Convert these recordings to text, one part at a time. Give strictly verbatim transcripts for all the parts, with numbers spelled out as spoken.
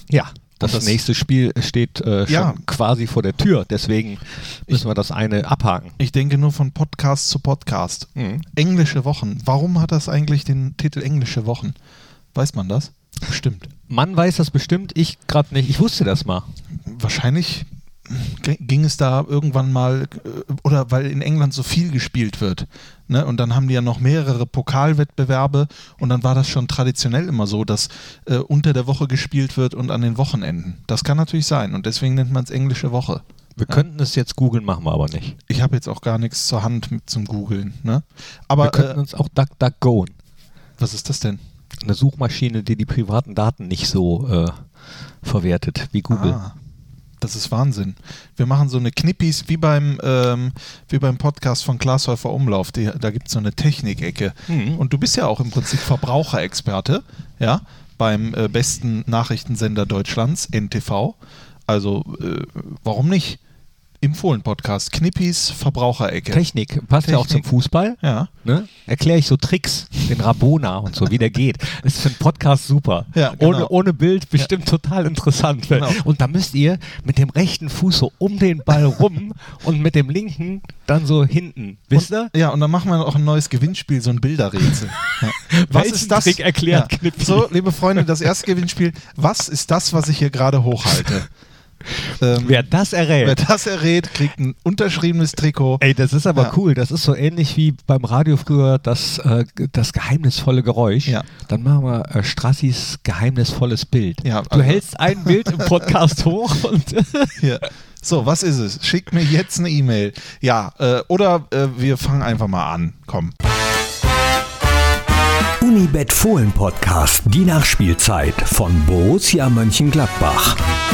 Ja, das, das nächste Spiel steht äh, schon ja. quasi vor der Tür, deswegen müssen ich, wir das eine abhaken. Ich denke nur von Podcast zu Podcast. Mhm. Englische Wochen. Warum hat das eigentlich den Titel Englische Wochen? Weiß man das? Bestimmt. Man weiß das bestimmt, ich gerade nicht. Ich wusste das mal. Wahrscheinlich ging es da irgendwann mal, oder weil in England so viel gespielt wird, ne? Und dann haben die ja noch mehrere Pokalwettbewerbe und dann war das schon traditionell immer so, dass äh, unter der Woche gespielt wird und an den Wochenenden. Das kann natürlich sein und deswegen nennt man es englische Woche. Wir ja. könnten es jetzt googeln, machen wir aber nicht. Ich habe jetzt auch gar nichts zur Hand mit zum Googeln. Ne? Aber, wir könnten äh, uns auch DuckDuckGo. Was ist das denn? Eine Suchmaschine, die die privaten Daten nicht so äh, verwertet wie Google. Ah. Das ist Wahnsinn. Wir machen so eine Knippis wie beim, ähm, wie beim Podcast von Glashäufer Umlauf. Die, da gibt es so eine Technikecke. Mhm. Und du bist ja auch im Prinzip Verbraucherexperte, ja, beim äh, besten Nachrichtensender Deutschlands, N T V. Also, äh, warum nicht? Im Fohlen-Podcast. Knippis Verbraucherecke. Technik. Passt Technik. Ja auch zum Fußball. Ja. Ne? Erkläre ich so Tricks, den Rabona und so, wie der geht. Das ist für einen Podcast super. Ja, genau. ohne, ohne Bild bestimmt ja. total interessant. Genau. Und da müsst ihr mit dem rechten Fuß so um den Ball rum und mit dem linken dann so hinten. Wisst ihr? Ja, und dann machen wir auch ein neues Gewinnspiel, so ein Bilderrätsel. Ja. Was ist das? Trick erklärt, ja. Knippi. So, liebe Freunde, das erste Gewinnspiel. Was ist das, was ich hier gerade hochhalte? Ähm, wer das errät. Wer das errät, kriegt ein unterschriebenes Trikot. Ey, das ist aber ja. cool. Das ist so ähnlich wie beim Radio früher das, äh, das geheimnisvolle Geräusch. Ja. Dann machen wir äh, Strassis geheimnisvolles Bild. Ja, du also hältst ein Bild im Podcast hoch und ja. So, was ist es? Schickt mir jetzt eine E-Mail. Ja, äh, oder äh, wir fangen einfach mal an. Komm. Unibet Fohlen Podcast, die Nachspielzeit von Borussia Mönchengladbach.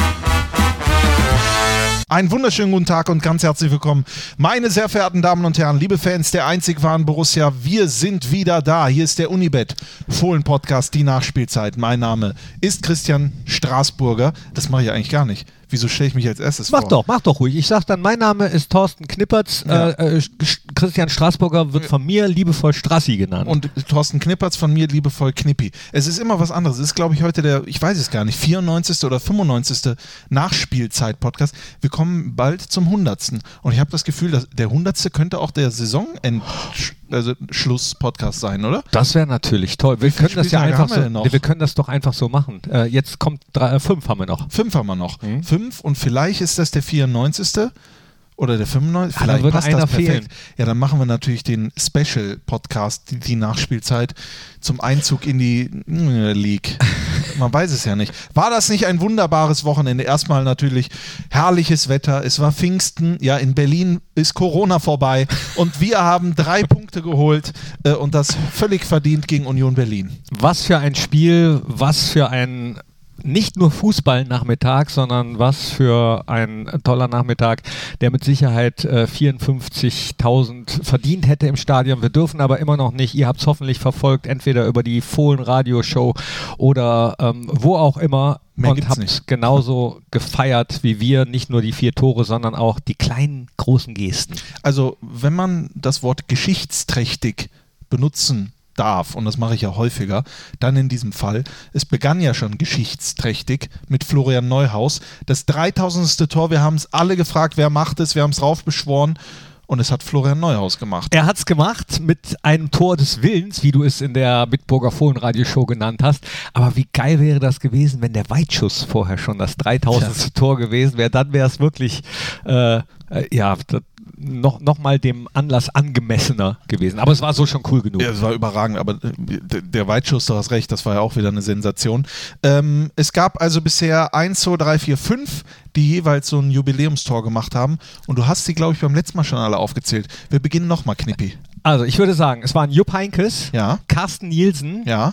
Einen wunderschönen guten Tag und ganz herzlich willkommen, meine sehr verehrten Damen und Herren, liebe Fans der einzig wahren Borussia. Wir sind wieder da. Hier ist der Unibet Fohlen Podcast, die Nachspielzeit. Mein Name ist Christian Straßburger. Das mache ich eigentlich gar nicht. Wieso stelle ich mich als erstes mach vor? Mach doch, mach doch ruhig. Ich sag dann, mein Name ist Thorsten Knippertz. Ja. Äh, äh, Christian Straßburger wird von mir liebevoll Strassi genannt. Und Thorsten Knippertz von mir liebevoll Knippi. Es ist immer was anderes. Es ist, glaube ich, heute der, ich weiß es gar nicht, vierundneunzigste oder fünfundneunzigste Nachspielzeit-Podcast. Wir kommen bald zum hundertsten. Und ich habe das Gefühl, dass der hundertste könnte auch der Saisonend also Schluss-Podcast sein, oder? Das wäre natürlich toll. Wir können das ja einfach so, wir, wir können das doch einfach so machen. Äh, jetzt kommt drei, fünf haben wir noch. Fünf haben wir noch. Mhm. Fünf und vielleicht ist das der vierundneunzigste oder der fünfundneunzigste. Vielleicht würde passt einer das perfekt. fehlen. Ja, dann machen wir natürlich den Special-Podcast, die, die Nachspielzeit zum Einzug in die äh, League. Man weiß es ja nicht. War das nicht ein wunderbares Wochenende? Erstmal natürlich herrliches Wetter. Es war Pfingsten. Ja, in Berlin ist Corona vorbei. Und wir haben drei Punkte geholt äh, und das völlig verdient gegen Union Berlin. Was für ein Spiel, was für ein nicht nur Fußballnachmittag, sondern was für ein toller Nachmittag, der mit Sicherheit äh, vierundfünfzigtausend verdient hätte im Stadion. Wir dürfen aber immer noch nicht. Ihr habt es hoffentlich verfolgt, entweder über die Fohlen-Radio-Show oder ähm, wo auch immer. Mehr und habt genauso gefeiert wie wir, nicht nur die vier Tore, sondern auch die kleinen, großen Gesten. Also, wenn man das Wort geschichtsträchtig benutzen darf, und das mache ich ja häufiger, dann in diesem Fall. Es begann ja schon geschichtsträchtig mit Florian Neuhaus. Das dreitausendste Tor, wir haben es alle gefragt, wer macht es, wir haben es raufbeschworen und es hat Florian Neuhaus gemacht. Er hat es gemacht mit einem Tor des Willens, wie du es in der Bitburger Fohlen-Radio-Show genannt hast. Aber wie geil wäre das gewesen, wenn der Weitschuss vorher schon das dreitausendste Tor gewesen wäre, dann wäre es wirklich, äh, äh, ja, das, noch, noch mal dem Anlass angemessener gewesen. Aber es war so schon cool genug. Ja, es war überragend, aber der Weitschuss, du hast recht, das war ja auch wieder eine Sensation. Ähm, es gab also bisher eins, zwei, drei, vier, fünf, die jeweils so ein Jubiläumstor gemacht haben. Und du hast sie, glaube ich, beim letzten Mal schon alle aufgezählt. Wir beginnen nochmal, Knippi. Also, ich würde sagen, es waren Jupp Heynckes, ja. Carsten Nielsen, ja.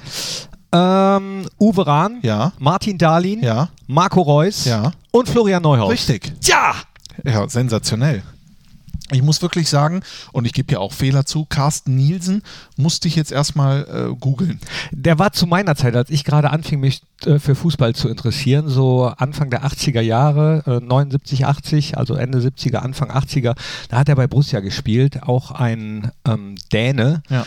ähm, Uwe Rahn, ja. Martin Dahlin, ja. Marco Reus ja. und Florian Neuhaus. Richtig. Ja! Ja, sensationell. Ich muss wirklich sagen, und ich gebe ja auch Fehler zu, Carsten Nielsen musste ich jetzt erstmal äh, googeln. Der war zu meiner Zeit, als ich gerade anfing, mich äh, für Fußball zu interessieren, so Anfang der achtziger Jahre, äh, neunundsiebzig, achtzig, also Ende siebziger, Anfang achtziger, da hat er bei Borussia gespielt, auch ein ähm, Däne. Ja.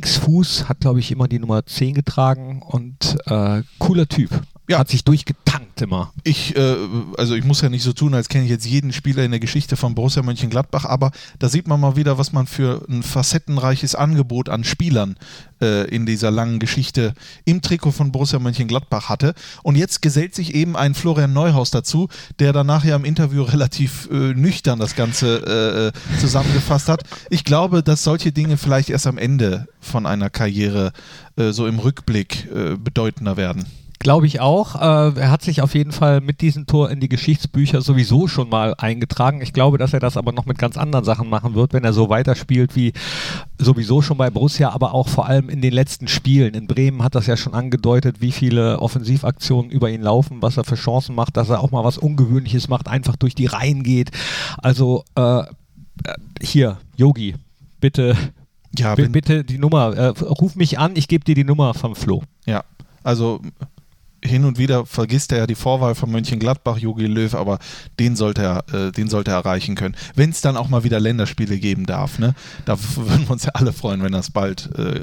Linksfuß, hat glaube ich immer die Nummer zehn getragen und äh, cooler Typ. Ja. Hat sich durchgetankt. sagt immer. Ich, äh, also ich muss ja nicht so tun, als kenne ich jetzt jeden Spieler in der Geschichte von Borussia Mönchengladbach, aber da sieht man mal wieder, was man für ein facettenreiches Angebot an Spielern äh, in dieser langen Geschichte im Trikot von Borussia Mönchengladbach hatte. Und jetzt gesellt sich eben ein Florian Neuhaus dazu, der danach ja im Interview relativ äh, nüchtern das Ganze äh, zusammengefasst hat. Ich glaube, dass solche Dinge vielleicht erst am Ende von einer Karriere äh, so im Rückblick äh, bedeutender werden. Glaube ich auch. Äh, er hat sich auf jeden Fall mit diesem Tor in die Geschichtsbücher sowieso schon mal eingetragen. Ich glaube, dass er das aber noch mit ganz anderen Sachen machen wird, wenn er so weiterspielt wie sowieso schon bei Borussia, aber auch vor allem in den letzten Spielen. In Bremen hat das ja schon angedeutet, wie viele Offensivaktionen über ihn laufen, was er für Chancen macht, dass er auch mal was Ungewöhnliches macht, einfach durch die Reihen geht. Also äh, hier, Yogi, bitte, ja, b- bitte die Nummer. Äh, ruf mich an, ich gebe dir die Nummer vom Flo. Ja, also hin und wieder vergisst er ja die Vorwahl von Mönchengladbach, Jogi Löw, aber den sollte er, äh, den sollte er erreichen können. Wenn es dann auch mal wieder Länderspiele geben darf, ne? Da würden wir uns ja alle freuen, wenn das bald äh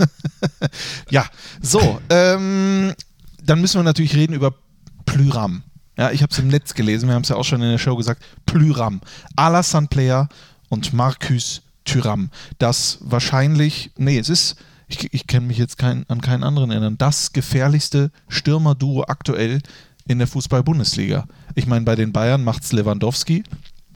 ja, so, ähm, dann müssen wir natürlich reden über Plyram. Ja, ich habe es im Netz gelesen, wir haben es ja auch schon in der Show gesagt, Plyram. Alassane Player und Marcus Thuram. Das wahrscheinlich, nee, es ist Ich, ich kann mich jetzt kein, an keinen anderen erinnern. Das gefährlichste Stürmerduo aktuell in der Fußball-Bundesliga. Ich meine, bei den Bayern macht's Lewandowski.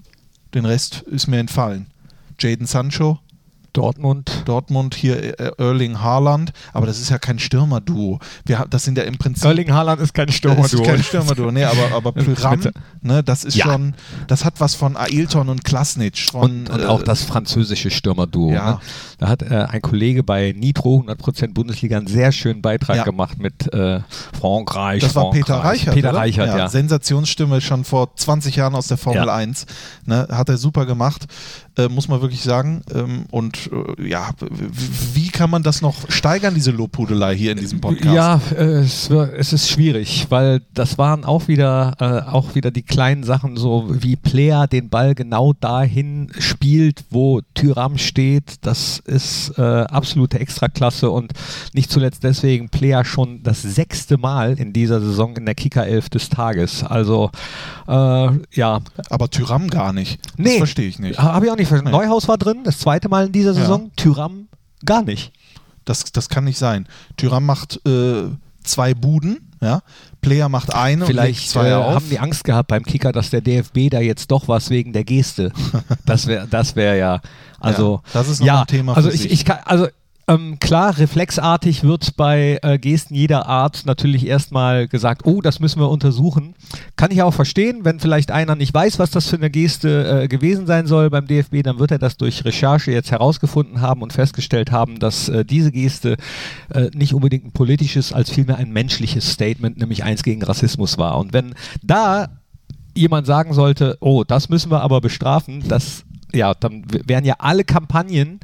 Den Rest ist mir entfallen. Jadon Sancho. Dortmund. Dortmund, hier Erling Haaland. Aber das ist ja kein Stürmerduo. Wir, das sind ja im Prinzip... Erling Haaland ist kein Stürmerduo. Das ist kein Stürmerduo, nee, aber, aber Plyram, ne, das ist ja. schon... Das hat was von Ailton und Klasnic. Von, und und äh, auch das französische Stürmerduo. Ja. Ne? Da hat äh, ein Kollege bei Nitro hundert Prozent Bundesliga einen sehr schönen Beitrag ja. gemacht mit äh, Frankreich. Das war Frankreich. Peter Reichert. Peter oder? Reichert, ja. ja. Sensationsstimme schon vor zwanzig Jahren aus der Formel ja. eins. Ne, hat er super gemacht, äh, muss man wirklich sagen. Ähm, und äh, ja, wie kann man das noch steigern, diese Lobhudelei hier in diesem Podcast? Ja, äh, es, es ist schwierig, weil das waren auch wieder, äh, auch wieder die kleinen Sachen, so wie Player den Ball genau dahin spielt, wo Thuram steht. Das ist äh, absolute Extraklasse und nicht zuletzt deswegen Player schon das sechste Mal in dieser Saison in der Kicker-Elf des Tages. Also, äh, ja. Aber Thuram gar nicht. Das nee, verstehe ich nicht. Habe ich auch nicht verstanden. Nee. Neuhaus war drin, das zweite Mal in dieser Saison. Ja. Thuram gar nicht. Das, das kann nicht sein. Thuram macht äh, zwei Buden, ja. Player macht eine Vielleicht und legt zwei äh, auf. haben die Angst gehabt beim Kicker, dass der D F B da jetzt doch was wegen der Geste. Das wäre das wär ja, also ja, das ist noch ja, ein Thema also für ich, sich. ich kann, also Ähm, klar, reflexartig wird bei äh, Gesten jeder Art natürlich erstmal gesagt, oh, das müssen wir untersuchen. Kann ich auch verstehen, wenn vielleicht einer nicht weiß, was das für eine Geste äh, gewesen sein soll beim D F B, dann wird er das durch Recherche jetzt herausgefunden haben und festgestellt haben, dass äh, diese Geste äh, nicht unbedingt ein politisches, als vielmehr ein menschliches Statement, nämlich eins gegen Rassismus war. Und wenn da jemand sagen sollte, oh, das müssen wir aber bestrafen, das, ja, dann wären ja alle Kampagnen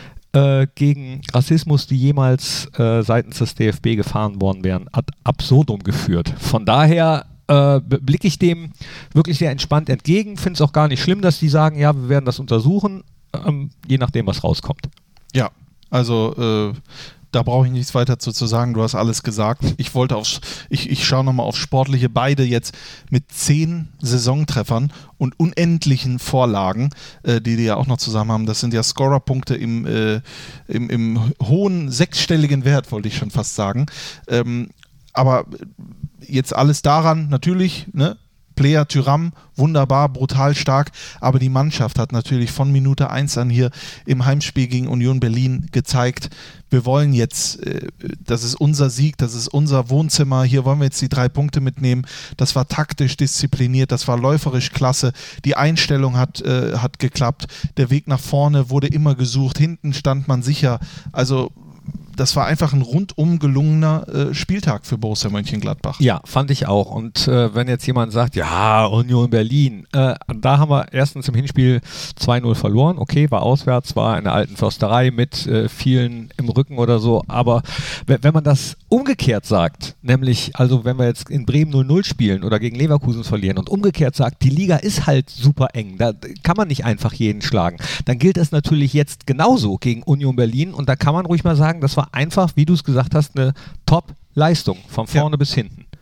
gegen Rassismus, die jemals äh, seitens des D F B gefahren worden wären, ad absurdum geführt. Von daher äh, blicke ich dem wirklich sehr entspannt entgegen. Finde es auch gar nicht schlimm, dass die sagen, ja, wir werden das untersuchen, ähm, je nachdem, was rauskommt. Ja, also äh, da brauche ich nichts weiter zu, zu sagen, du hast alles gesagt. Ich wollte aufs, ich, ich schaue nochmal auf Sportliche, beide jetzt mit zehn Saisontreffern und unendlichen Vorlagen, äh, die die ja auch noch zusammen haben. Das sind ja Scorerpunkte im, äh, im, im hohen sechsstelligen Wert, wollte ich schon fast sagen. Ähm, aber jetzt alles daran, natürlich, ne? Player, Thuram, wunderbar, brutal stark, aber die Mannschaft hat natürlich von Minute eins an hier im Heimspiel gegen Union Berlin gezeigt, wir wollen jetzt, äh, das ist unser Sieg, das ist unser Wohnzimmer, hier wollen wir jetzt die drei Punkte mitnehmen, das war taktisch diszipliniert, das war läuferisch klasse, die Einstellung hat, äh, hat geklappt, der Weg nach vorne wurde immer gesucht, hinten stand man sicher, also das war einfach ein rundum gelungener äh, Spieltag für Borussia Mönchengladbach. Ja, fand ich auch. Und äh, wenn jetzt jemand sagt, ja, Union Berlin, äh, da haben wir erstens im Hinspiel zwei null verloren. Okay, war auswärts, war in der alten Försterei mit äh, vielen im Rücken oder so. Aber w- wenn man das umgekehrt sagt, nämlich, also wenn wir jetzt in Bremen null null spielen oder gegen Leverkusen verlieren und umgekehrt sagt, die Liga ist halt super eng, da kann man nicht einfach jeden schlagen, dann gilt das natürlich jetzt genauso gegen Union Berlin und da kann man ruhig mal sagen, das war einfach, wie du es gesagt hast, eine Top-Leistung von vorne ja. bis hinten.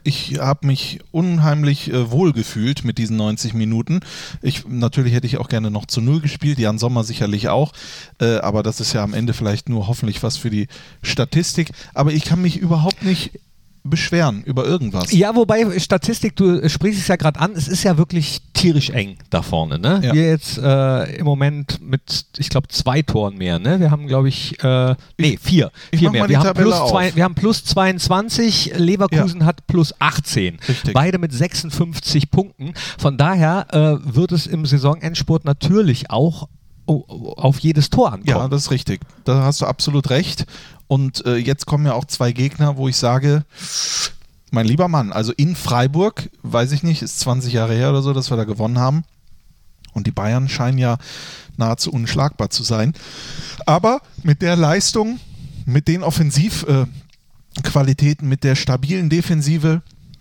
ich habe mich unheimlich äh, wohl gefühlt mit diesen neunzig Minuten. Ich, natürlich hätte ich auch gerne noch zu Null gespielt, Jan Sommer sicherlich auch, äh, aber das ist ja am Ende vielleicht nur hoffentlich was für die Statistik. Aber ich kann mich überhaupt nicht beschweren über irgendwas. Ja, wobei Statistik, du sprichst es ja gerade an, es ist ja wirklich tierisch eng da vorne. Ne? Ja. Wir jetzt äh, im Moment mit, ich glaube, zwei Toren mehr. Ne? Wir haben, glaube ich, äh, nee, vier. Ich vier mach mehr. mal die Wir haben, Tabelle plus zwei, auf. wir haben plus zweiundzwanzig, Leverkusen Ja. hat plus achtzehn. Richtig. Beide mit sechsundfünfzig Punkten. Von daher äh, wird es im Saisonendspurt natürlich auch auf jedes Tor ankommen. Ja, das ist richtig. Da hast du absolut recht. Und äh, jetzt kommen ja auch zwei Gegner, wo ich sage, mein lieber Mann, also in Freiburg, weiß ich nicht, ist zwanzig Jahre her oder so, dass wir da gewonnen haben. Und die Bayern scheinen ja nahezu unschlagbar zu sein. Aber mit der Leistung, mit den Offensivqualitäten, äh, mit der stabilen Defensive,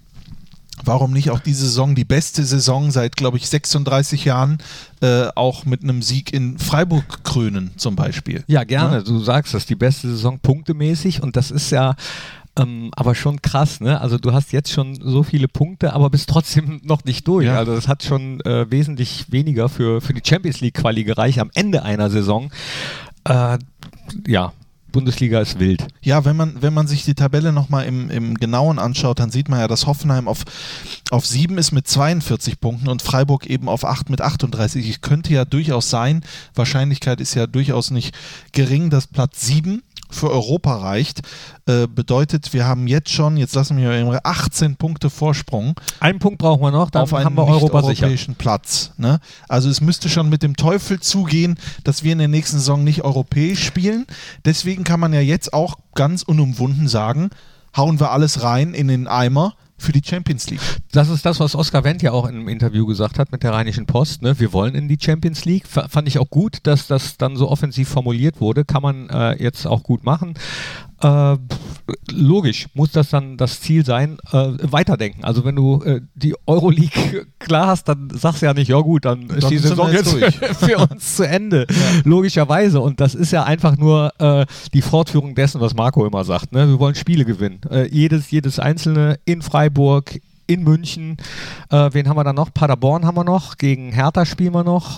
warum nicht auch diese Saison die beste Saison seit, glaube ich, sechsunddreißig Jahren äh, auch mit einem Sieg in Freiburg krönen zum Beispiel. Ja, gerne. Ja? Du sagst das, die beste Saison punktemäßig und das ist ja ähm, aber schon krass, ne? Also du hast jetzt schon so viele Punkte, aber bist trotzdem noch nicht durch. Ja. Also das hat schon äh, wesentlich weniger für, für die Champions League Quali gereicht am Ende einer Saison. Äh, ja. Bundesliga ist wild. Ja, wenn man, wenn man sich die Tabelle nochmal im, im Genauen anschaut, dann sieht man ja, dass Hoffenheim auf, auf sieben ist mit zweiundvierzig Punkten und Freiburg eben auf acht mit achtunddreißig. Es könnte ja durchaus sein, Wahrscheinlichkeit ist ja durchaus nicht gering, dass Platz sieben für Europa reicht. Äh, bedeutet, wir haben jetzt schon, jetzt lassen wir mal achtzehn Punkte Vorsprung. Einen Punkt brauchen wir noch, dann auf einen haben wir Europa sicher. nicht-europäischen Platz. Ne? Also es müsste schon mit dem Teufel zugehen, dass wir in der nächsten Saison nicht europäisch spielen. Deswegen kann man ja jetzt auch ganz unumwunden sagen, hauen wir alles rein in den Eimer für die Champions League. Das ist das, was Oskar Wendt ja auch in einem Interview gesagt hat mit der Rheinischen Post. Ne? Wir wollen in die Champions League. F- fand ich auch gut, dass das dann so offensiv formuliert wurde. Kann man äh, jetzt auch gut machen. Äh, logisch muss das dann das Ziel sein, äh, weiterdenken. Also wenn du äh, die Euroleague klar hast, dann sagst du ja nicht, ja gut, dann ist Dann die sind Saison wir jetzt jetzt für uns zu Ende. Ja. Logischerweise. Und das ist ja einfach nur äh, die Fortführung dessen, was Marco immer sagt. Ne? Wir wollen Spiele gewinnen. Äh, jedes, jedes einzelne in Freiburg, in München. Äh, wen haben wir dann noch? Paderborn haben wir noch. Gegen Hertha spielen wir noch.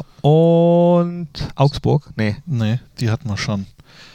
Und Augsburg? Nee. Nee, die hatten wir schon.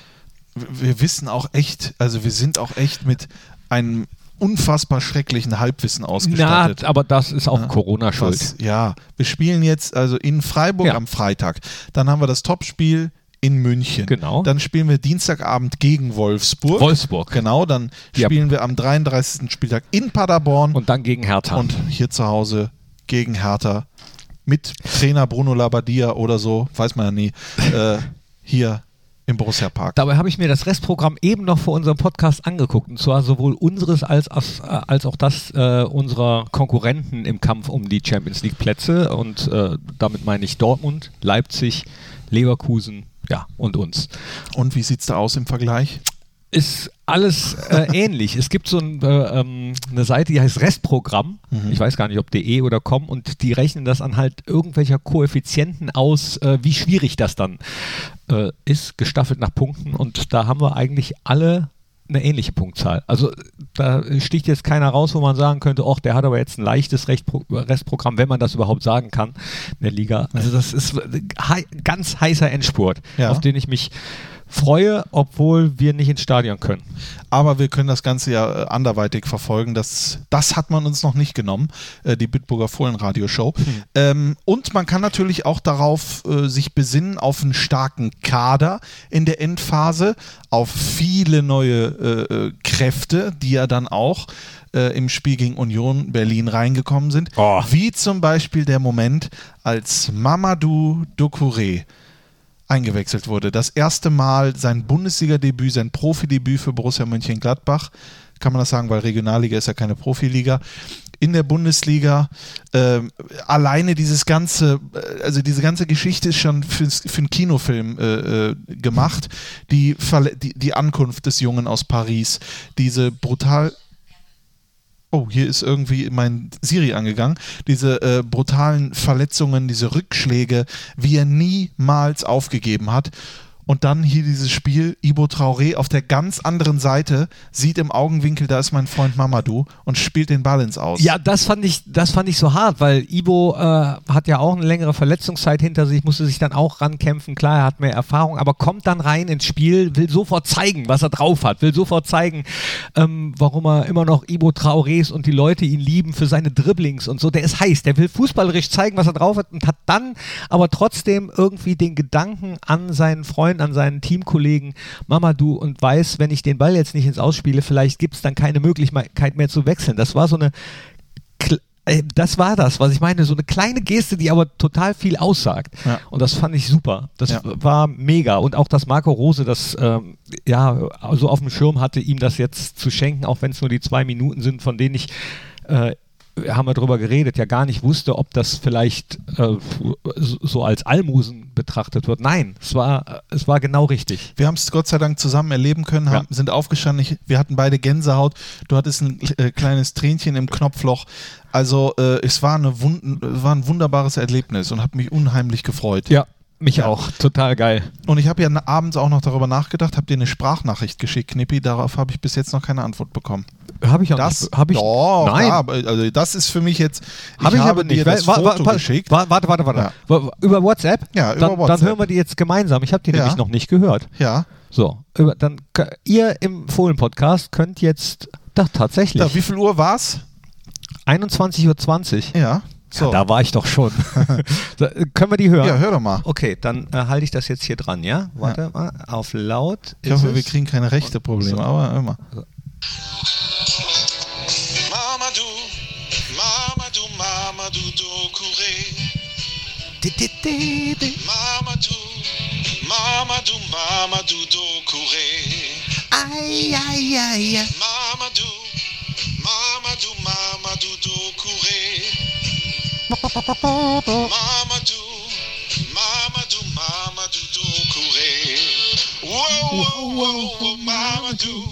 Wir wissen auch echt, also wir sind auch echt mit einem unfassbar schrecklichen Halbwissen ausgestattet. Na, aber das ist auch ja, Corona schuld. Was, ja, wir spielen jetzt also in Freiburg ja. am Freitag. Dann haben wir das Topspiel in München. Genau. Dann spielen wir Dienstagabend gegen Wolfsburg. Wolfsburg. Genau, dann ja. spielen wir am dreiunddreißigsten Spieltag in Paderborn. Und dann gegen Hertha. Und hier zu Hause gegen Hertha mit Trainer Bruno Labbadia oder so, weiß man ja nie, äh, hier im Borussia Park. Dabei habe ich mir das Restprogramm eben noch vor unserem Podcast angeguckt, und zwar sowohl unseres als, als, als auch das äh, unserer Konkurrenten im Kampf um die Champions League Plätze, und äh, damit meine ich Dortmund, Leipzig, Leverkusen, ja, und uns. Und wie sieht es da aus im Vergleich? Ist alles äh, ähnlich. Es gibt so ein, äh, ähm, eine Seite, die heißt Restprogramm. Mhm. Ich weiß gar nicht, ob de oder com, und die rechnen das anhand irgendwelcher Koeffizienten aus, äh, wie schwierig das dann äh, ist, gestaffelt nach Punkten. Und da haben wir eigentlich alle eine ähnliche Punktzahl. Also da sticht jetzt keiner raus, wo man sagen könnte, ach, der hat aber jetzt ein leichtes Restpro- Restprogramm, wenn man das überhaupt sagen kann in der Liga. Also das ist hei- ganz heißer Endspurt, ja. auf den ich mich freue, obwohl wir nicht ins Stadion können. Aber wir können das Ganze ja äh, anderweitig verfolgen. Das, das hat man uns noch nicht genommen, äh, die Bitburger Fohlenradio-Show. Hm. Ähm, und man kann natürlich auch darauf äh, sich besinnen, auf einen starken Kader in der Endphase, auf viele neue äh, Kräfte, die ja dann auch äh, im Spiel gegen Union Berlin reingekommen sind. Oh. Wie zum Beispiel der Moment, als Mamadou Doucouré eingewechselt wurde. Das erste Mal sein Bundesliga-Debüt, sein Profidebüt für Borussia Mönchengladbach. Kann man das sagen, weil Regionalliga ist ja keine Profiliga. In der Bundesliga äh, alleine dieses ganze, also diese ganze Geschichte ist schon für, für einen Kinofilm äh, gemacht. Die, Verle- die, die Ankunft des Jungen aus Paris, diese brutal... Oh, hier ist irgendwie mein Siri angegangen. Diese äh, brutalen Verletzungen, diese Rückschläge, wie er niemals aufgegeben hat. Und dann hier dieses Spiel, Ibo Traoré auf der ganz anderen Seite, sieht im Augenwinkel, da ist mein Freund Mamadou und spielt den Ball ins Aus. Ja, das fand ich, das fand ich so hart, weil Ibo äh, hat ja auch eine längere Verletzungszeit hinter sich, musste sich dann auch rankämpfen, klar, er hat mehr Erfahrung, aber kommt dann rein ins Spiel, will sofort zeigen, was er drauf hat, will sofort zeigen, ähm, warum er immer noch Ibo Traoré ist und die Leute ihn lieben für seine Dribblings und so, der ist heiß, der will fußballerisch zeigen, was er drauf hat und hat dann aber trotzdem irgendwie den Gedanken an seinen Freund, an seinen Teamkollegen Mamadou und weiß, wenn ich den Ball jetzt nicht ins Ausspiele, vielleicht gibt es dann keine Möglichkeit mehr zu wechseln. Das war so eine, das war das, was ich meine, so eine kleine Geste, die aber total viel aussagt. Ja. Und das fand ich super. Das ja. war mega. Und auch, dass Marco Rose das ähm, ja so auf dem Schirm hatte, ihm das jetzt zu schenken, auch wenn es nur die zwei Minuten sind, von denen ich äh, haben wir drüber geredet, ja gar nicht wusste, ob das vielleicht äh, so als Almosen betrachtet wird. Nein, es war, es war genau richtig. Wir haben es Gott sei Dank zusammen erleben können, haben, ja. sind aufgestanden, ich, wir hatten beide Gänsehaut, du hattest ein äh, kleines Tränchen im Knopfloch. Also äh, es war, eine Wund- es war ein wunderbares Erlebnis und hat mich unheimlich gefreut. Ja. Mich ja. auch, total geil. Und ich habe ja abends auch noch darüber nachgedacht, habe dir eine Sprachnachricht geschickt, Knippi, darauf habe ich bis jetzt noch keine Antwort bekommen. Habe ich auch das, nicht. Hab ich, doch, nein. Ja, also das ist für mich jetzt, ich hab ich habe aber nicht. dir das Wa- Foto wa- geschickt. Warte, warte, warte. Ja. Über WhatsApp? Ja, über dann, WhatsApp. Dann hören wir die jetzt gemeinsam. Ich habe die ja. nämlich noch nicht gehört. Ja. So, über, dann ihr im Fohlen-Podcast könnt jetzt, doch tatsächlich. Da, wie viel Uhr war's? einundzwanzig Uhr zwanzig. Ja. So. Ja, da war ich doch schon. so, können wir die hören? Ja, hör doch mal. Okay, dann äh, halte ich das jetzt hier dran, ja? Warte ja. mal, auf laut. Ich hoffe, wir kriegen keine rechte Probleme, so. aber immer. So. Mamadou, Mamadou, Mamadou Doucouré. Mamadou, Mamadou, Mamadou Doucouré. Aïe, aïe, aïe. Mamadou, Mamadou, Mamadou Doucouré. Mamadou, Mamadou, Mamadou Doucouré. Wow, wow, wow, wow, Mamadou,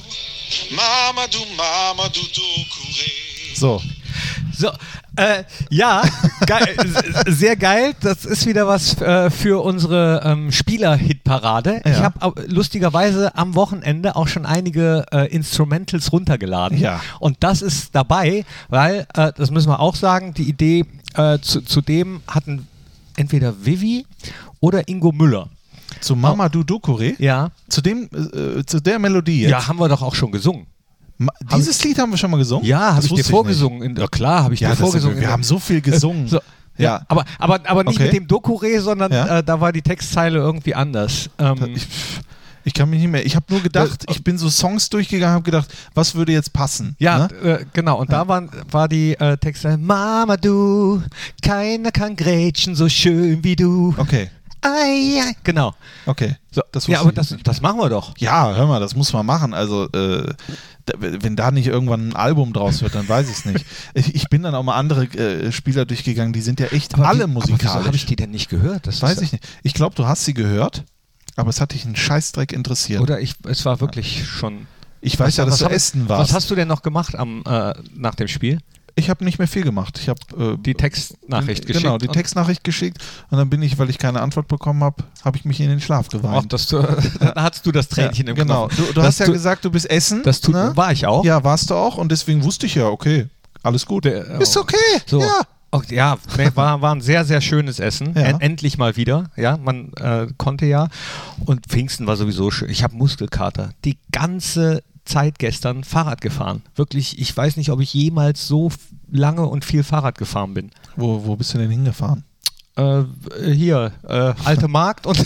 Mamadou, Mamadou Doucouré. So. So, äh, ja, geil, sehr geil. Das ist wieder was äh, für unsere ähm, Spieler-Hitparade. Ja. Ich habe lustigerweise am Wochenende auch schon einige äh, Instrumentals runtergeladen. Ja. Und das ist dabei, weil, äh, das müssen wir auch sagen, die Idee äh, zu, zu dem hatten entweder Vivi oder Ingo Müller. Zu Mamadou Doucouré? Ja. Zu, dem, äh, zu der Melodie jetzt? Ja, haben wir doch auch schon gesungen. Ma- Dieses Lied haben wir schon mal gesungen? Ja, habe ich dir vorgesungen. In, ja klar, habe ich ja, dir vorgesungen. Ist, wir haben so viel gesungen. So, ja, ja. aber, aber, aber nicht okay. mit dem Doucouré, sondern ja? äh, da war die Textzeile irgendwie anders. Ähm, ich, ich kann mich nicht mehr, ich habe nur gedacht, ich bin so Songs durchgegangen, habe gedacht, was würde jetzt passen? Ja, ne? äh, genau. Und ja. da waren, war die äh, Textzeile, Mamadou, keiner kann grätschen so schön wie du. Okay. Ai, ai. Genau. Okay. So, das ja, aber das, das machen wir doch. Ja, hör mal, das muss man machen. Also, äh, da, wenn da nicht irgendwann ein Album draus wird, dann weiß ich es nicht. Ich, ich bin dann auch mal andere äh, Spieler durchgegangen, die sind ja echt aber alle die, musikalisch. Aber wieso habe ich die denn nicht gehört? Das weiß ich nicht. Ich glaube, du hast sie gehört, aber es hat dich einen Scheißdreck interessiert. Oder ich, es war wirklich schon... Ich weiß ja, dass du Essen warst. Was hast du denn noch gemacht am, äh, nach dem Spiel? Ich habe nicht mehr viel gemacht. Ich habe äh, die Textnachricht geschickt. Genau, die Textnachricht geschickt und dann bin ich, weil ich keine Antwort bekommen habe, habe ich mich in den Schlaf geweint. Ach, das, dann hattest du das Tränchen ja, im genau. Knopf. Du, du hast ja tu- gesagt, du bist Essen. Das tut, ne? War ich auch. Ja, warst du auch und deswegen wusste ich ja, okay, alles gut. Der, ist okay, so. ja. Okay, ja, war, war ein sehr, sehr schönes Essen. Ja. End, endlich mal wieder. Ja, man äh, konnte ja. Und Pfingsten war sowieso schön. Ich habe Muskelkater. Die ganze Zeit gestern Fahrrad gefahren. Wirklich, ich weiß nicht, ob ich jemals so lange und viel Fahrrad gefahren bin. Wo, wo bist du denn hingefahren? Äh, hier, äh, Alte Markt und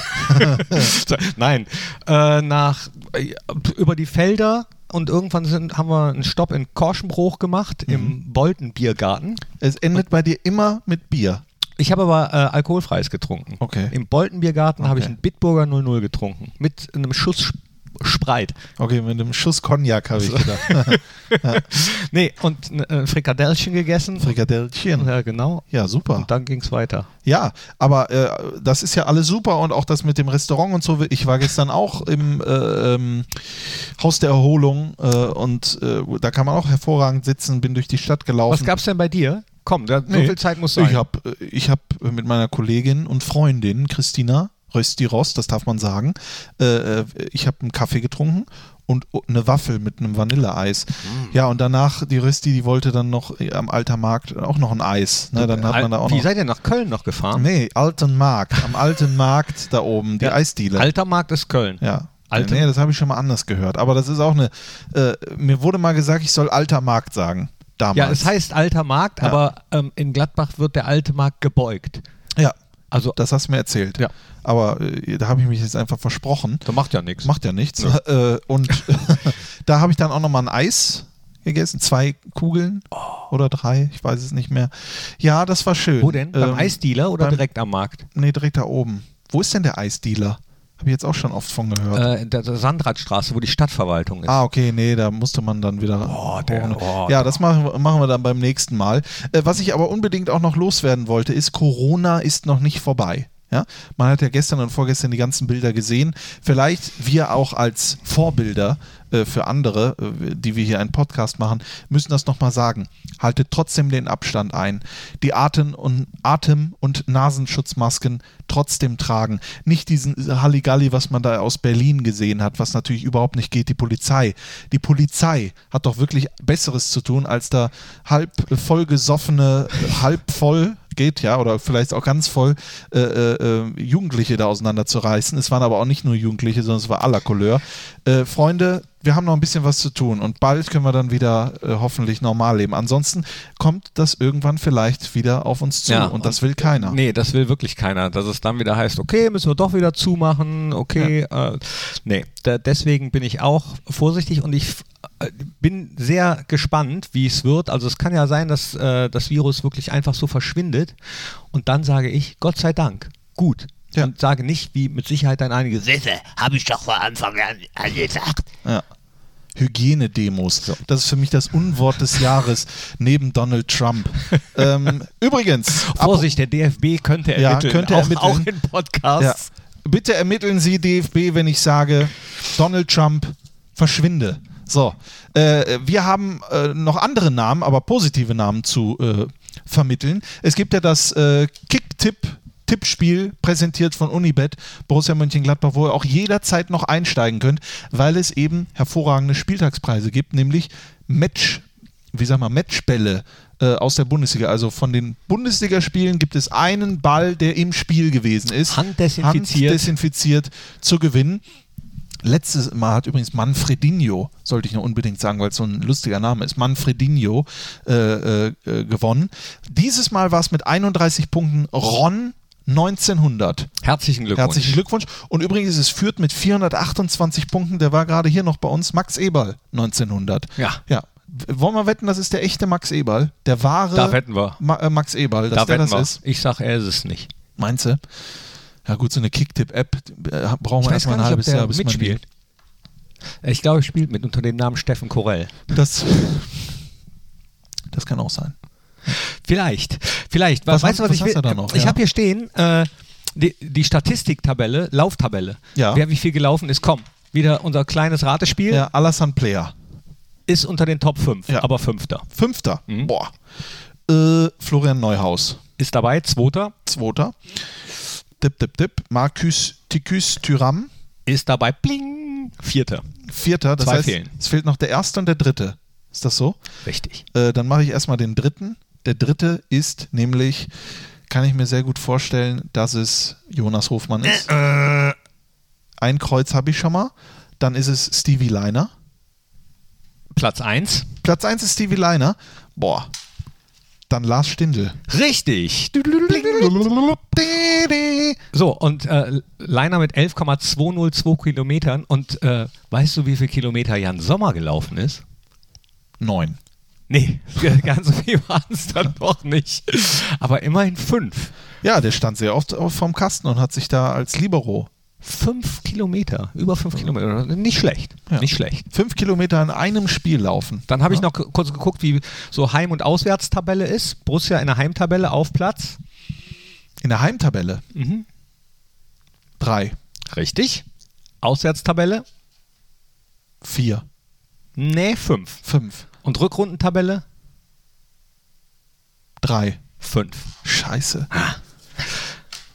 nein, äh, nach äh, über die Felder und irgendwann sind, haben wir einen Stopp in Korschenbruch gemacht, mhm. im Bolten-Biergarten. Es endet und bei dir immer mit Bier. Ich habe aber äh, alkoholfreies getrunken. Okay. Im Bolten-Biergarten okay. habe ich einen Bitburger null null getrunken. Mit einem Schuss Spreit. Okay, mit einem Schuss Cognac habe ich gedacht. ja. Nee, und ein Frikadellchen gegessen. Frikadellchen. Ja, genau. Ja, super. Und dann ging es weiter. Ja, aber äh, das ist ja alles super und auch das mit dem Restaurant und so. Ich war gestern auch im äh, ähm, Haus der Erholung äh, und äh, da kann man auch hervorragend sitzen, bin durch die Stadt gelaufen. Was gab es denn bei dir? Komm, da, so nee, viel Zeit muss sein. Ich habe ich hab mit meiner Kollegin und Freundin Christina Rösti Rost, das darf man sagen. Äh, ich habe einen Kaffee getrunken und eine Waffel mit einem Vanilleeis. Mm. Ja, und danach, die Rösti, die wollte dann noch am Alter Markt auch noch ein Eis. Ne, dann hat man da auch Wie noch, seid ihr nach Köln noch gefahren? Nee, Alten Markt, am Alten Markt da oben, die ja, Eisdiele. Alter Markt ist Köln. Ja. Alte? Nee, das habe ich schon mal anders gehört. Aber das ist auch eine, äh, mir wurde mal gesagt, ich soll Alter Markt sagen. Damals. Ja, es heißt Alter Markt, ja. aber ähm, in Gladbach wird der alte Markt gebeugt. Ja, also das hast du mir erzählt. Ja. Aber äh, da habe ich mich jetzt einfach versprochen. Das macht ja nichts. Macht ja nichts. Ja. Äh, und da habe ich dann auch nochmal ein Eis gegessen. Zwei Kugeln oh. oder drei, ich weiß es nicht mehr. Ja, das war schön. Wo denn? Beim ähm, Eisdealer oder beim, direkt am Markt? Nee, direkt da oben. Wo ist denn der Eisdealer? Habe ich jetzt auch schon oft von gehört. Äh, in der, der Sandradstraße, wo die Stadtverwaltung ist. Ah, okay, nee, da musste man dann wieder. Oh, der, oh, ja, das machen, machen wir dann beim nächsten Mal. Äh, was ich aber unbedingt auch noch loswerden wollte, ist, Corona ist noch nicht vorbei. Ja? Man hat ja gestern und vorgestern die ganzen Bilder gesehen. Vielleicht wir auch als Vorbilder äh, für andere, äh, die wir hier einen Podcast machen, müssen das nochmal sagen. Haltet trotzdem den Abstand ein. Die Atem- und, Atem- und Nasenschutzmasken trotzdem tragen. Nicht diesen Halligalli, was man da aus Berlin gesehen hat, was natürlich überhaupt nicht geht, die Polizei. Die Polizei hat doch wirklich Besseres zu tun, als da halb vollgesoffene, halb voll geht, ja, oder vielleicht auch ganz voll äh, äh, Jugendliche da auseinanderzureißen. Es waren aber auch nicht nur Jugendliche, sondern es war aller Couleur. Äh, Freunde, wir haben noch ein bisschen was zu tun und bald können wir dann wieder äh, hoffentlich normal leben. Ansonsten kommt das irgendwann vielleicht wieder auf uns zu, ja, und das will keiner. Nee, das will wirklich keiner. Dass es dann wieder heißt, okay, müssen wir doch wieder zumachen, okay. Ja. Äh, nee, da, deswegen bin ich auch vorsichtig und ich äh, bin sehr gespannt, wie es wird. Also es kann ja sein, dass äh, das Virus wirklich einfach so verschwindet und dann sage ich, Gott sei Dank, gut. Ja. Und sage nicht, wie mit Sicherheit dann einige, Sisse, habe ich doch von Anfang an gesagt. Ja. Hygienedemos. So. Das ist für mich das Unwort des Jahres neben Donald Trump. ähm, übrigens. Vorsicht, der D F B könnte ermitteln. Ja, könnte auch, ermitteln. Auch in Podcasts. Ja. Bitte ermitteln Sie, D F B, wenn ich sage, Donald Trump, verschwinde. So. Äh, wir haben äh, noch andere Namen, aber positive Namen zu äh, vermitteln. Es gibt ja das äh, Kick-Tipp Tippspiel, präsentiert von Unibet, Borussia Mönchengladbach, wo ihr auch jederzeit noch einsteigen könnt, weil es eben hervorragende Spieltagspreise gibt, nämlich Match, wie sagen wir, Matchbälle äh, aus der Bundesliga. Also von den Bundesligaspielen gibt es einen Ball, der im Spiel gewesen ist. Handdesinfiziert. Handdesinfiziert zu gewinnen. Letztes Mal hat übrigens Manfredinho, sollte ich noch unbedingt sagen, weil es so ein lustiger Name ist, Manfredinho äh, äh, gewonnen. Dieses Mal war es mit einunddreißig Punkten Ron neunzehnhundert. Herzlichen Glückwunsch. Herzlichen Glückwunsch. Und übrigens, es führt mit vierhundertachtundzwanzig Punkten, der war gerade hier noch bei uns, Max Eberl, neunzehnhundert. Ja. Ja. Wollen wir wetten, das ist der echte Max Eberl? Der wahre da wetten wir. Ma- äh, Max Eberl, dass da der wetten das wir. ist? Ich sag, er ist es nicht. Meinst du? Ja gut, so eine Kicktipp-App äh, brauchen wir erstmal ein halbes Jahr, bis mitspielt. Man ich glaube, er spielt mit unter dem Namen Steffen Korell. Das, das kann auch sein. Vielleicht, vielleicht. Was weißt du, was, was ich hast will? du da noch? Ich Ja. habe hier stehen, äh, die, die Statistiktabelle, Lauftabelle. Ja. Wer wie viel gelaufen ist, komm. Wieder unser kleines Ratespiel. Ja, Alassane Player. Ist unter den Top fünf, Ja. aber Fünfter. Fünfter. Mhm. Boah. Äh, Florian Neuhaus. Ist dabei, Zweiter. Zweiter. Dip, dip, dip. Marcus Ticus Thuram. Ist dabei, bling, Vierter. Vierter. Das Zwei heißt, fehlen. es fehlt noch der erste und der dritte. Ist das so? Richtig. Äh, dann mache ich erstmal den dritten. Der dritte ist nämlich, kann ich mir sehr gut vorstellen, dass es Jonas Hofmann ist. Äh. Ein Kreuz habe ich schon mal. Dann ist es Stevie Leiner. Platz eins. Platz eins ist Stevie Leiner. Boah. Dann Lars Stindl. Richtig. So, und äh, Leiner mit elf Komma zweihundertzwei Kilometern. Und äh, weißt du, wie viel Kilometer Jan Sommer gelaufen ist? Neun. Nee, ganz so viel waren es dann doch nicht. Aber immerhin fünf. Ja, der stand sehr oft vorm Kasten und hat sich da als Libero. Fünf Kilometer, über fünf Kilometer. Nicht schlecht, Ja. nicht schlecht. Fünf Kilometer in einem Spiel laufen. Dann habe ich Ja. noch k- kurz geguckt, wie so Heim- und Auswärtstabelle ist. Borussia in der Heimtabelle auf Platz. In der Heimtabelle Mhm. drei, Richtig. Auswärtstabelle? vier, Nee, fünf. fünf, Und Rückrundentabelle? drei. Fünf. Scheiße.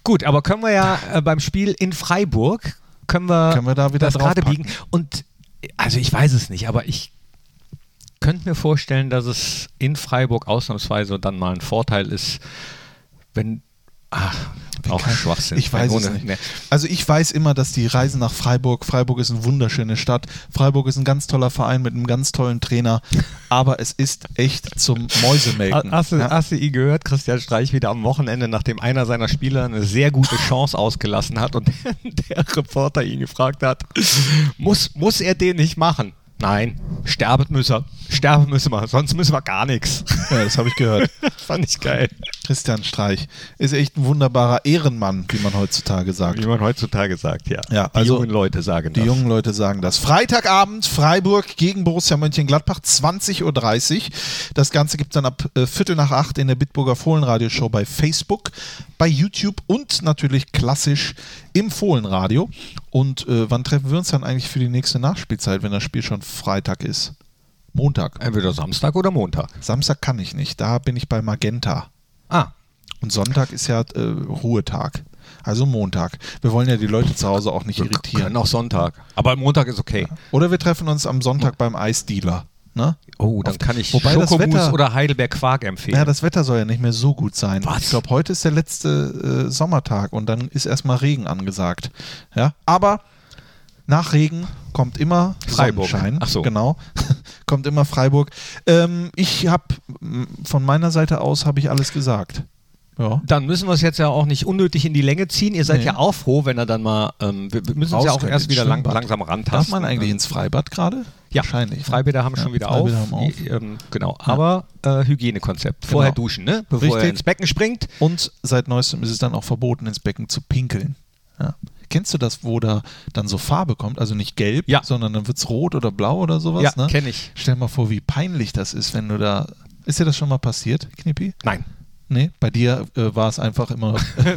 Gut, aber können wir ja äh, beim Spiel in Freiburg, können wir, können wir da wieder das drauf gerade packen. biegen. Und also ich weiß es nicht, aber ich könnte mir vorstellen, dass es in Freiburg ausnahmsweise dann mal ein Vorteil ist, wenn... Ach, auch Kein, Schwachsinn. Ich weiß es nicht. Nee. Also ich weiß immer, dass die Reisen nach Freiburg, Freiburg ist eine wunderschöne Stadt, Freiburg ist ein ganz toller Verein mit einem ganz tollen Trainer, aber es ist echt zum Mäusemelken. Hast du, ja? hast du ihn gehört, Christian Streich wieder am Wochenende, nachdem einer seiner Spieler eine sehr gute Chance ausgelassen hat und der Reporter ihn gefragt hat, muss, muss er den nicht machen? Nein, sterben müssen wir. Sterben müssen wir, sonst müssen wir gar nichts. Ja, das habe ich gehört. Fand ich geil. Christian Streich ist echt ein wunderbarer Ehrenmann, wie man heutzutage sagt. Wie man heutzutage sagt, ja. ja die also jungen Leute sagen die das. Die jungen Leute sagen das. Freitagabend, Freiburg gegen Borussia Mönchengladbach, zwanzig Uhr dreißig. Das Ganze gibt es dann ab äh, Viertel nach acht in der Bitburger Fohlenradioshow bei Facebook, bei YouTube und natürlich klassisch im Fohlenradio. Und äh, wann treffen wir uns dann eigentlich für die nächste Nachspielzeit, wenn das Spiel schon Freitag ist? Montag. Entweder Samstag oder Montag. Samstag kann ich nicht, da bin ich bei Magenta. Ah. Und Sonntag ist ja äh, Ruhetag. Also Montag. Wir wollen ja die Leute zu Hause auch nicht wir irritieren. Können auch Sonntag. Aber Montag ist okay. Ja. Oder wir treffen uns am Sonntag beim Eisdealer. Ne? Oh, dann kann ich Wobei das Schokomousse Wetter, oder Heidelberg Quark empfehlen. Ja, das Wetter soll ja nicht mehr so gut sein. Was? Ich glaube, heute ist der letzte äh, Sommertag und dann ist erstmal Regen angesagt. Ja? Aber nach Regen kommt immer Freiburg. Sonnenschein. Ach so. Genau. Kommt immer Freiburg. Ähm, ich habe von meiner Seite aus habe ich alles gesagt. Ja. Dann müssen wir es jetzt ja auch nicht unnötig in die Länge ziehen. Ihr seid Nee. ja auch froh, wenn er dann mal, ähm, wir wir müssen uns ja auch Raus erst ins wieder lang, Schwimmbad. langsam rantasten. Darf man eigentlich ins Freibad gerade? Ja, Wahrscheinlich. ne? Freibäder haben Ja, schon wieder Freibäder auf. haben auf. Die, ähm, genau, aber äh, Hygienekonzept. Vorher Genau. duschen, ne? Bevor er Richtig. ins Becken springt. Und seit neuestem ist es dann auch verboten, ins Becken zu pinkeln. Ja. Kennst du das, wo da dann so Farbe kommt? Also nicht gelb, Ja. sondern dann wird es rot oder blau oder sowas? Ja, ne? kenne ich. Stell dir mal vor, wie peinlich das ist, wenn du da... Ist dir das schon mal passiert, Knippi? Nein. Nee, bei dir äh, war es einfach immer...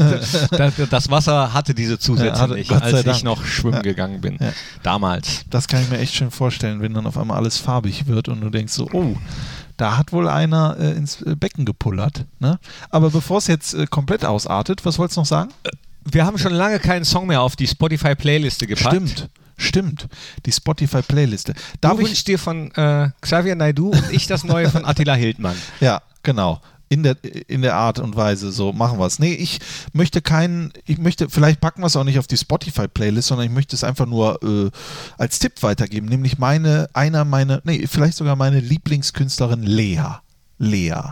das, das Wasser hatte diese Zusätze Ja, hatte- nicht, Gott sei als ich Dank. noch schwimmen Ja. gegangen bin. Ja. Damals. Das kann ich mir echt schön vorstellen, wenn dann auf einmal alles farbig wird und du denkst so, oh, da hat wohl einer äh, ins äh, Becken gepullert. Ne? Aber bevor es jetzt äh, komplett ausartet, was wolltest du noch sagen? Wir haben schon lange keinen Song mehr auf die Spotify-Playliste gepackt. Stimmt, stimmt. Die Spotify-Playliste. Darf Du ich? wünschst dir von äh, Xavier Naidoo und ich das neue von Attila Hildmann. Ja, genau. In der, in der Art und Weise, so machen wir es. Nee, ich möchte keinen, ich möchte, vielleicht packen wir es auch nicht auf die Spotify-Playlist, sondern ich möchte es einfach nur äh, als Tipp weitergeben, nämlich meine, einer meiner, nee, vielleicht sogar meine Lieblingskünstlerin Lea. Lea.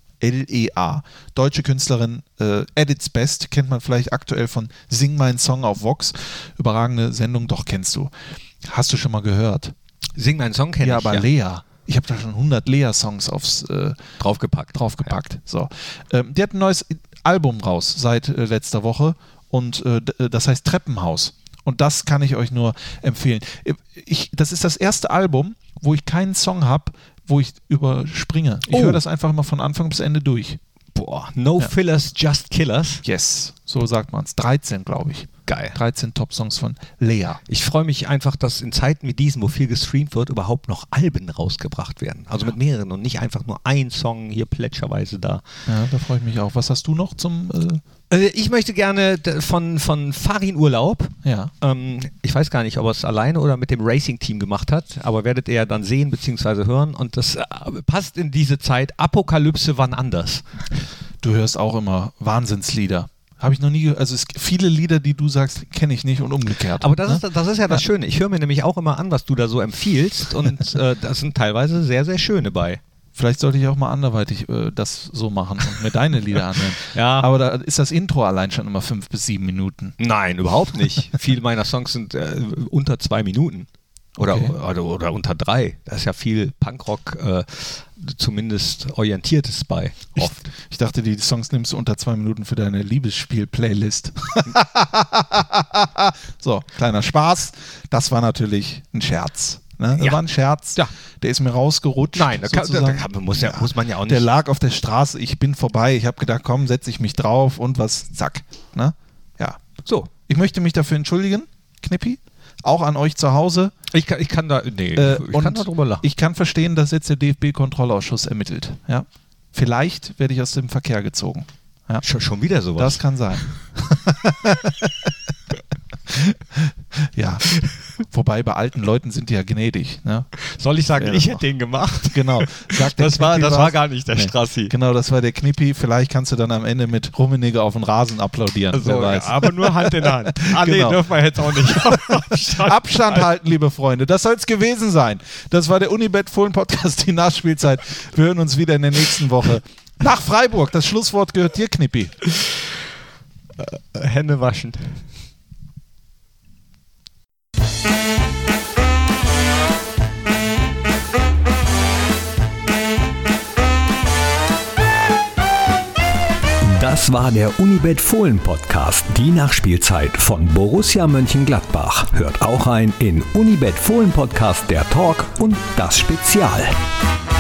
L E A. Deutsche Künstlerin, äh, at its best, kennt man vielleicht aktuell von Sing meinen Song auf Vox. Überragende Sendung, doch kennst du. Hast du schon mal gehört? Sing meinen Song kenn Ja, ich. aber Lea. Ich habe da schon hundert Lea-Songs aufs äh, Draufgepackt. draufgepackt. So. Ähm, die hat ein neues Album raus seit äh, letzter Woche und äh, d- das heißt Treppenhaus. Und das kann ich euch nur empfehlen. Ich, das ist das erste Album, wo ich keinen Song habe, wo ich überspringe. Ich Oh. höre das einfach immer von Anfang bis Ende durch. Boah, no Ja. fillers, just killers. Yes, so sagt man es. dreizehn, glaube ich. Geil. dreizehn Top-Songs von Lea. Ich freue mich einfach, dass in Zeiten wie diesen, wo viel gestreamt wird, überhaupt noch Alben rausgebracht werden. Also mit mehreren und nicht einfach nur ein Song hier plätscherweise da. Ja, da freue ich mich auch. Was hast du noch zum... Äh, Äh, ich möchte gerne d- von, von Farin Urlaub, ja. ähm, ich weiß gar nicht, ob er es alleine oder mit dem Racing-Team gemacht hat, aber werdet ihr ja dann sehen bzw. hören und das äh, passt in diese Zeit. Apokalypse wann anders. Du hörst auch immer Wahnsinnslieder. Habe ich noch nie gehört. Also es gibt viele Lieder, die du sagst, kenne ich nicht und umgekehrt. Aber das, ne? ist, das ist ja das Ja. Schöne. Ich höre mir nämlich auch immer an, was du da so empfiehlst und äh, das sind teilweise sehr, sehr schöne bei. Vielleicht sollte ich auch mal anderweitig äh, das so machen und mir deine Lieder anhören. Ja. Aber da ist das Intro allein schon immer fünf bis sieben Minuten. Nein, überhaupt nicht. Viele meiner Songs sind äh, unter zwei Minuten. Oder, Okay. oder, oder unter drei. Da ist ja viel Punkrock äh, zumindest Orientiertes bei. Ich, Oft. ich dachte, die Songs nimmst du unter zwei Minuten für deine Liebesspiel-Playlist. So, kleiner Spaß. Das war natürlich ein Scherz. Ne? Das Ja. war ein Scherz. Ja. Der ist mir rausgerutscht. Nein, da, kann, da, da sozusagen. kann, muss, ja, muss man ja auch nicht. Der lag auf der Straße, ich bin vorbei. Ich habe gedacht, komm, setze ich mich drauf und was, zack. Ne? Ja. So. Ich möchte mich dafür entschuldigen, Knippi. Auch an euch zu Hause. Ich kann, ich kann da, nee, Äh, ich und kann darüber lachen. ich kann verstehen, dass jetzt der D F B-Kontrollausschuss ermittelt. Ja? Vielleicht werde ich aus dem Verkehr gezogen. Ja? schon, schon wieder sowas. Das kann sein. Ja, wobei bei alten Leuten sind die ja gnädig. Ne? Soll ich sagen, Ja, ich doch. hätte den gemacht? Genau. Sagt der Das war, Knippi das was? war gar nicht der Nee. Strassi. Genau, das war der Knippi. Vielleicht kannst du dann am Ende mit Rummenigge auf den Rasen applaudieren. Also, wer weiß. ja, aber nur Hand in Hand. Ah, Genau. nee, dürfen wir jetzt auch nicht. Abstand, Abstand halten, liebe Freunde. Das soll es gewesen sein. Das war der Unibet Fohlen Podcast, die Nachspielzeit. Wir hören uns wieder in der nächsten Woche. Nach Freiburg. Das Schlusswort gehört dir, Knippi. Hände waschen. Das war der Unibet Fohlen Podcast, die Nachspielzeit von Borussia Mönchengladbach. Hört auch rein in Unibet Fohlen Podcast, der Talk und das Spezial.